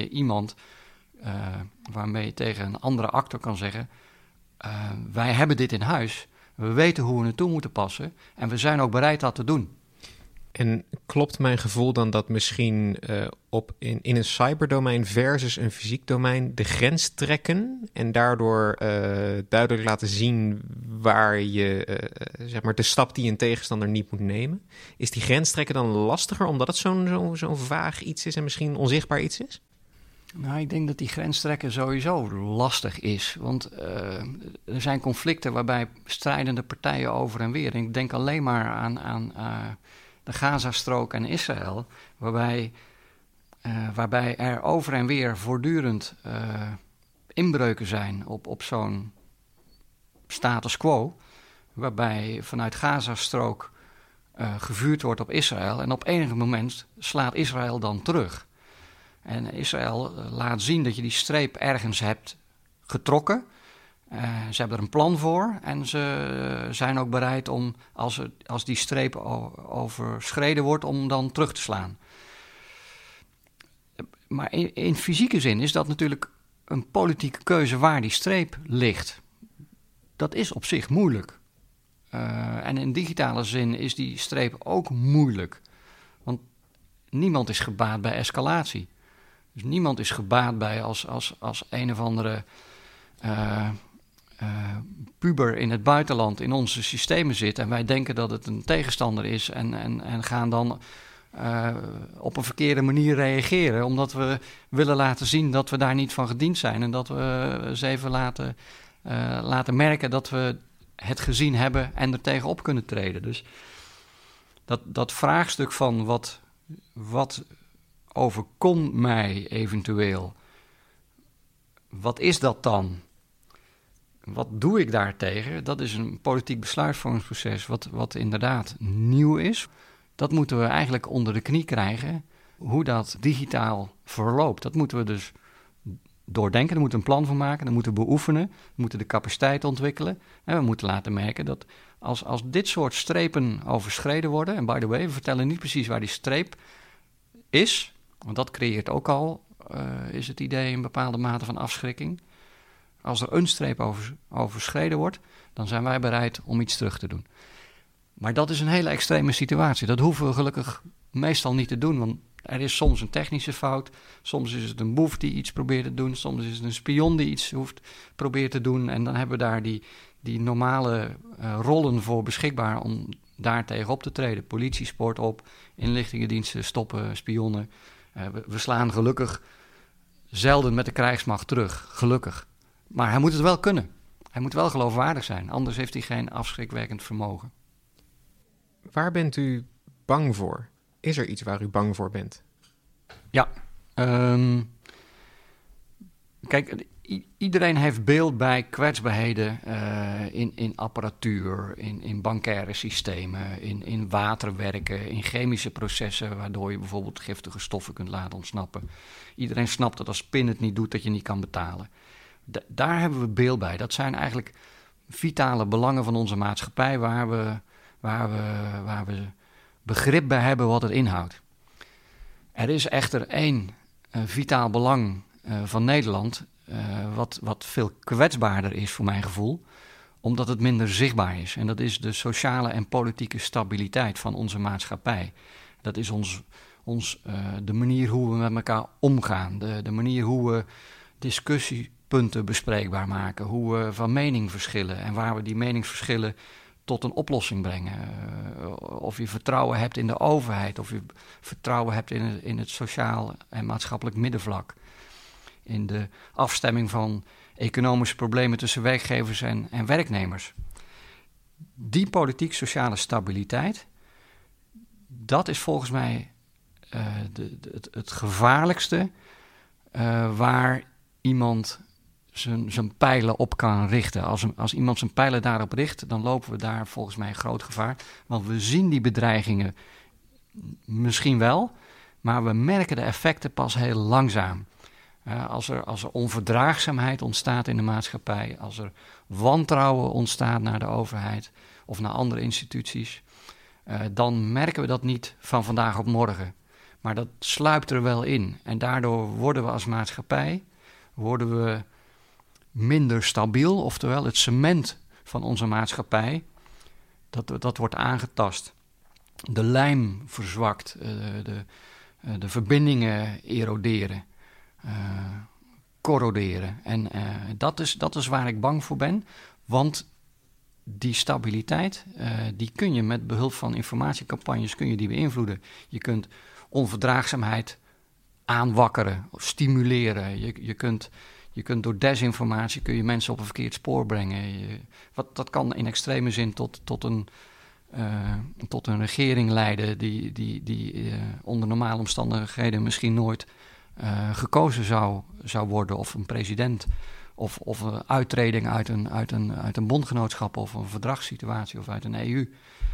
je tegen een andere actor kan zeggen, wij hebben dit in huis, we weten hoe we het toe moeten passen en we zijn ook bereid dat te doen. En klopt mijn gevoel dan dat misschien in een cyberdomein versus een fysiek domein de grens trekken en daardoor duidelijk laten zien waar je, zeg maar, de stap die een tegenstander niet moet nemen? Is die grens trekken dan lastiger omdat het zo'n vaag iets is en misschien onzichtbaar iets is? Nou, ik denk dat die grens trekken sowieso lastig is. Want er zijn conflicten waarbij strijdende partijen over en weer. En ik denk alleen maar aan de Gazastrook en Israël, waarbij er over en weer voortdurend inbreuken zijn op zo'n status quo, waarbij vanuit Gazastrook gevuurd wordt op Israël en op enig moment slaat Israël dan terug. En Israël laat zien dat je die streep ergens hebt getrokken. Ze hebben er een plan voor en ze zijn ook bereid om, als die streep overschreden wordt, om dan terug te slaan. Maar in fysieke zin is dat natuurlijk een politieke keuze waar die streep ligt. Dat is op zich moeilijk. En in digitale zin is die streep ook moeilijk. Want niemand is gebaat bij escalatie. Dus niemand is gebaat bij als een of andere puber in het buitenland in onze systemen zit en wij denken dat het een tegenstander is en gaan dan op een verkeerde manier reageren, omdat we willen laten zien dat we daar niet van gediend zijn en dat we ze even laten merken dat we het gezien hebben en er tegenop kunnen treden. Dus dat vraagstuk van wat overkomt mij eventueel, wat is dat dan? Wat doe ik daartegen? Dat is een politiek besluitvormingsproces wat inderdaad nieuw is. Dat moeten we eigenlijk onder de knie krijgen, hoe dat digitaal verloopt. Dat moeten we dus doordenken, daar moeten we een plan van maken, dat moeten we beoefenen, we moeten de capaciteit ontwikkelen. En we moeten laten merken dat als dit soort strepen overschreden worden, en by the way, we vertellen niet precies waar die streep is, want dat creëert ook al, is het idee, een bepaalde mate van afschrikking. Als er een streep overschreden wordt, dan zijn wij bereid om iets terug te doen. Maar dat is een hele extreme situatie. Dat hoeven we gelukkig meestal niet te doen, want er is soms een technische fout. Soms is het een boef die iets probeert te doen. Soms is het een spion die iets probeert te doen. En dan hebben we daar die normale rollen voor beschikbaar om daar tegen op te treden. Politie spoort op, inlichtingendiensten stoppen spionnen. We slaan gelukkig zelden met de krijgsmacht terug, gelukkig. Maar hij moet het wel kunnen. Hij moet wel geloofwaardig zijn, anders heeft hij geen afschrikwekkend vermogen. Waar bent u bang voor? Is er iets waar u bang voor bent? Ja, kijk, iedereen heeft beeld bij kwetsbaarheden in apparatuur, in bankaire systemen, in waterwerken, in chemische processen, waardoor je bijvoorbeeld giftige stoffen kunt laten ontsnappen. Iedereen snapt dat als PIN het niet doet, dat je niet kan betalen. Daar hebben we beeld bij. Dat zijn eigenlijk vitale belangen van onze maatschappij waar waar we begrip bij hebben wat het inhoudt. Er is echter één vitaal belang van Nederland, wat veel kwetsbaarder is voor mijn gevoel, omdat het minder zichtbaar is. En dat is de sociale en politieke stabiliteit van onze maatschappij. Dat is de manier hoe we met elkaar omgaan, de manier hoe we discussiepunten bespreekbaar maken, hoe we van mening verschillen en waar we die meningsverschillen tot een oplossing brengen. Of je vertrouwen hebt in de overheid, of je vertrouwen hebt in het sociaal en maatschappelijk middenvlak. In de afstemming van economische problemen tussen werkgevers en werknemers. Die politiek-sociale stabiliteit, dat is volgens mij het gevaarlijkste waar iemand zijn pijlen op kan richten. Als iemand zijn pijlen daarop richt, dan lopen we daar volgens mij een groot gevaar. Want we zien die bedreigingen misschien wel, maar we merken de effecten pas heel langzaam. Als er onverdraagzaamheid ontstaat in de maatschappij, als er wantrouwen ontstaat naar de overheid of naar andere instituties, dan merken we dat niet van vandaag op morgen. Maar dat sluipt er wel in. En daardoor worden we als maatschappij minder stabiel. Oftewel, het cement van onze maatschappij, dat wordt aangetast. De lijm verzwakt, de verbindingen eroderen, corroderen. En dat is waar ik bang voor ben. Want die stabiliteit, die kun je met behulp van informatiecampagnes beïnvloeden. Je kunt onverdraagzaamheid aanwakkeren of stimuleren. Je kunt door desinformatie kun je mensen op een verkeerd spoor brengen. Dat kan in extreme zin tot een regering leiden die onder normale omstandigheden misschien nooit gekozen zou worden, of een president, of een uittreding uit een bondgenootschap of een verdragssituatie of uit een EU.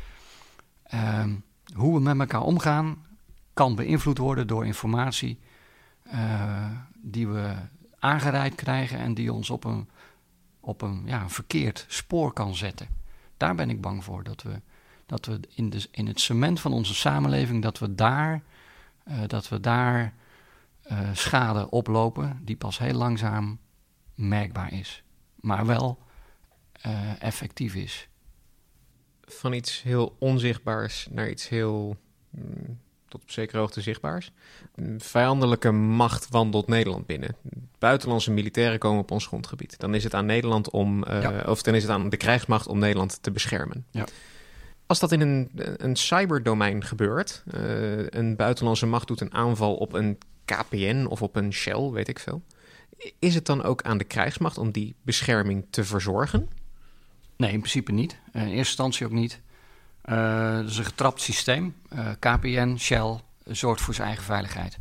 Hoe we met elkaar omgaan kan beïnvloed worden door informatie die we aangereikt krijgen en die ons op een verkeerd spoor kan zetten. Daar ben ik bang voor, dat we in het cement van onze samenleving, dat we daar schade oplopen die pas heel langzaam merkbaar is, maar wel effectief is. Van iets heel onzichtbaars naar iets heel tot op zekere hoogte zichtbaars. Vijandelijke macht wandelt Nederland binnen. Buitenlandse militairen komen op ons grondgebied. Dan is het aan Nederland of dan is het aan de krijgsmacht om Nederland te beschermen. Ja. Als dat in een cyberdomein gebeurt, een buitenlandse macht doet een aanval op een KPN of op een Shell, weet ik veel. Is het dan ook aan de krijgsmacht om die bescherming te verzorgen? Nee, in principe niet. In eerste instantie ook niet. Het is een getrapt systeem. KPN, Shell, zorgt voor zijn eigen veiligheid.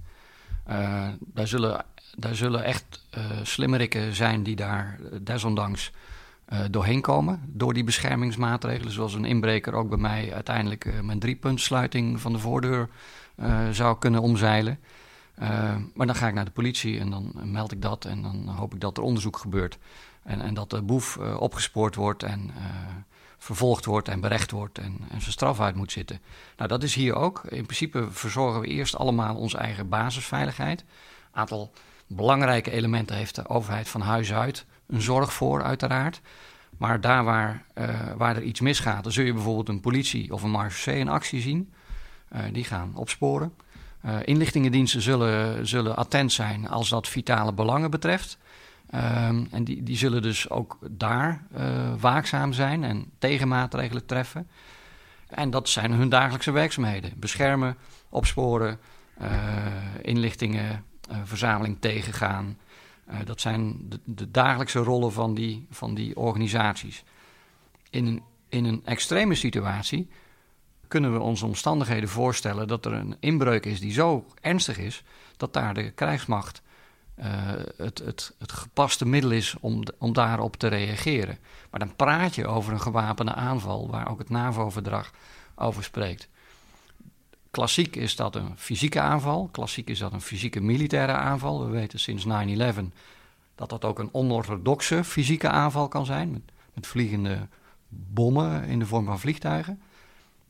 Daar zullen echt slimmerikken zijn die daar desondanks doorheen komen. Door die beschermingsmaatregelen, zoals een inbreker ook bij mij uiteindelijk mijn 3-puntsluiting van de voordeur zou kunnen omzeilen. Maar dan ga ik naar de politie en dan meld ik dat en dan hoop ik dat er onderzoek gebeurt. En dat de boef opgespoord wordt en vervolgd wordt en berecht wordt en zijn straf uit moet zitten. Nou, dat is hier ook. In principe verzorgen we eerst allemaal onze eigen basisveiligheid. Een aantal belangrijke elementen heeft de overheid van huis uit een zorg voor, uiteraard. Maar daar waar er iets misgaat, dan zul je bijvoorbeeld een politie of een marechaussee in actie zien. Die gaan opsporen. Inlichtingendiensten zullen attent zijn als dat vitale belangen betreft. En die zullen dus ook daar waakzaam zijn en tegenmaatregelen treffen. En dat zijn hun dagelijkse werkzaamheden. Beschermen, opsporen, inlichtingen, verzameling tegengaan. Dat zijn de dagelijkse rollen van die organisaties. In een extreme situatie kunnen we onze omstandigheden voorstellen dat er een inbreuk is die zo ernstig is dat daar de krijgsmacht het gepaste middel is om daarop te reageren. Maar dan praat je over een gewapende aanval waar ook het NAVO-verdrag over spreekt. Klassiek is dat een fysieke aanval. Klassiek is dat een fysieke militaire aanval. We weten sinds 9/11 dat ook een onorthodoxe fysieke aanval kan zijn. Met vliegende bommen in de vorm van vliegtuigen.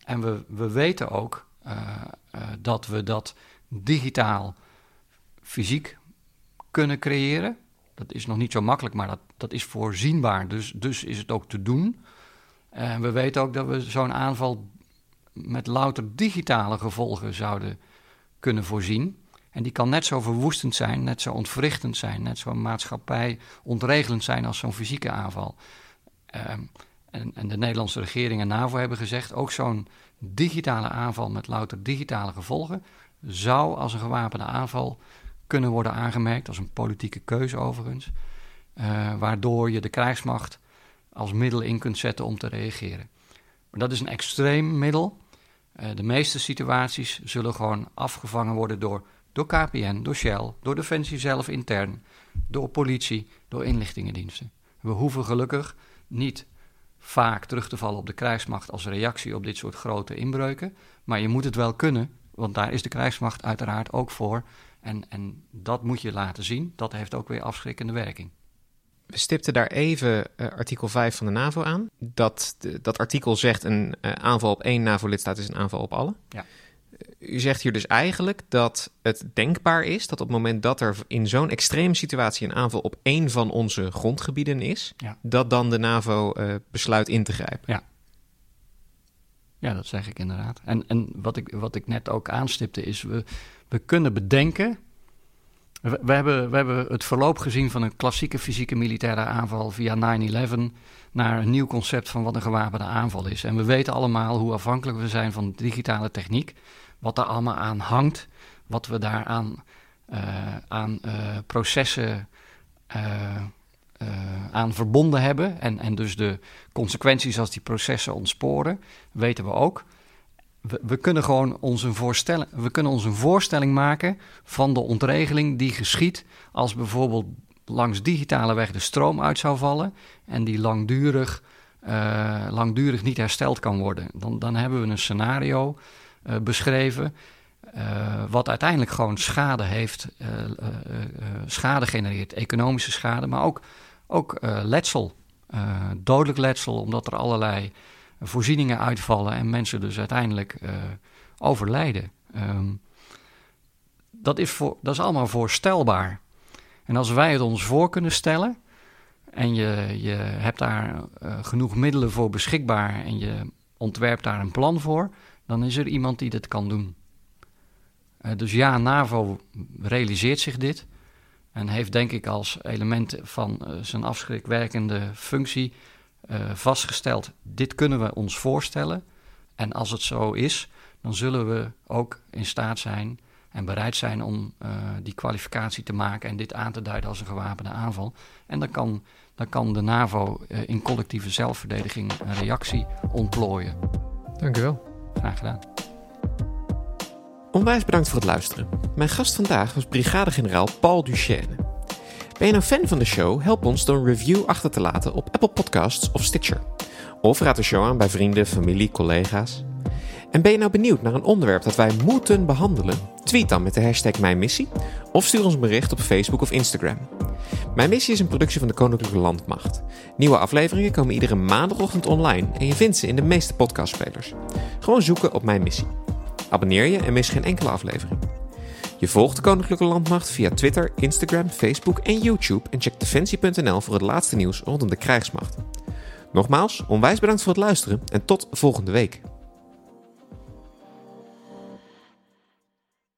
En we weten ook dat we dat digitaal fysiek kunnen creëren. Dat is nog niet zo makkelijk, maar dat is voorzienbaar. Dus is het ook te doen. En we weten ook dat we zo'n aanval met louter digitale gevolgen zouden kunnen voorzien. En die kan net zo verwoestend zijn, net zo ontwrichtend zijn, net zo maatschappij ontregelend zijn als zo'n fysieke aanval. En de Nederlandse regering en NAVO hebben gezegd, ook zo'n digitale aanval met louter digitale gevolgen zou als een gewapende aanval kunnen worden aangemerkt, als een politieke keuze overigens, waardoor je de krijgsmacht als middel in kunt zetten om te reageren. Maar dat is een extreem middel. De meeste situaties zullen gewoon afgevangen worden door KPN, door Shell, door Defensie zelf intern, door politie, door inlichtingendiensten. We hoeven gelukkig niet vaak terug te vallen op de krijgsmacht als reactie op dit soort grote inbreuken. Maar je moet het wel kunnen, want daar is de krijgsmacht uiteraard ook voor. En dat moet je laten zien. Dat heeft ook weer afschrikkende werking. We stipten daar even artikel 5 van de NAVO aan. Dat artikel zegt een aanval op 1 NAVO-lidstaat is een aanval op alle. Ja. U zegt hier dus eigenlijk dat het denkbaar is dat op het moment dat er in zo'n extreme situatie een aanval op 1 van onze grondgebieden is, dat dan de NAVO besluit in te grijpen. Ja, dat zeg ik inderdaad. En wat ik net ook aanstipte is, we kunnen bedenken. We hebben het verloop gezien van een klassieke fysieke militaire aanval via 9/11 naar een nieuw concept van wat een gewapende aanval is. En we weten allemaal hoe afhankelijk we zijn van digitale techniek, wat daar allemaal aan hangt, wat we daar aan processen aan verbonden hebben. En dus de consequenties als die processen ontsporen, weten we ook. We kunnen gewoon ons een voorstelling maken van de ontregeling die geschiet als bijvoorbeeld langs digitale weg de stroom uit zou vallen en die langdurig niet hersteld kan worden. Dan hebben we een scenario beschreven wat uiteindelijk gewoon schade heeft, schade genereert, economische schade, maar ook letsel, dodelijk letsel, omdat er allerlei voorzieningen uitvallen en mensen dus uiteindelijk overlijden. Dat is allemaal voorstelbaar. En als wij het ons voor kunnen stellen en je hebt daar genoeg middelen voor beschikbaar en je ontwerpt daar een plan voor, dan is er iemand die dit kan doen. Dus ja, NAVO realiseert zich dit en heeft denk ik als element van zijn afschrikwerkende functie vastgesteld, dit kunnen we ons voorstellen. En als het zo is, dan zullen we ook in staat zijn en bereid zijn om die kwalificatie te maken en dit aan te duiden als een gewapende aanval. En dan kan de NAVO in collectieve zelfverdediging een reactie ontplooien. Dank u wel. Graag gedaan. Onwijs bedankt voor het luisteren. Mijn gast vandaag was brigadegeneraal Paul Duchesne. Ben je nou fan van de show? Help ons door een review achter te laten op Apple Podcasts of Stitcher. Of raad de show aan bij vrienden, familie, collega's. En ben je nou benieuwd naar een onderwerp dat wij moeten behandelen? Tweet dan met de hashtag #mijnmissie of stuur ons een bericht op Facebook of Instagram. Mijn Missie is een productie van de Koninklijke Landmacht. Nieuwe afleveringen komen iedere maandagochtend online en je vindt ze in de meeste podcastspelers. Gewoon zoeken op Mijn Missie. Abonneer je en mis geen enkele aflevering. Je volgt de Koninklijke Landmacht via Twitter, Instagram, Facebook en YouTube en check defensie.nl voor het laatste nieuws rondom de krijgsmacht. Nogmaals, onwijs bedankt voor het luisteren en tot volgende week.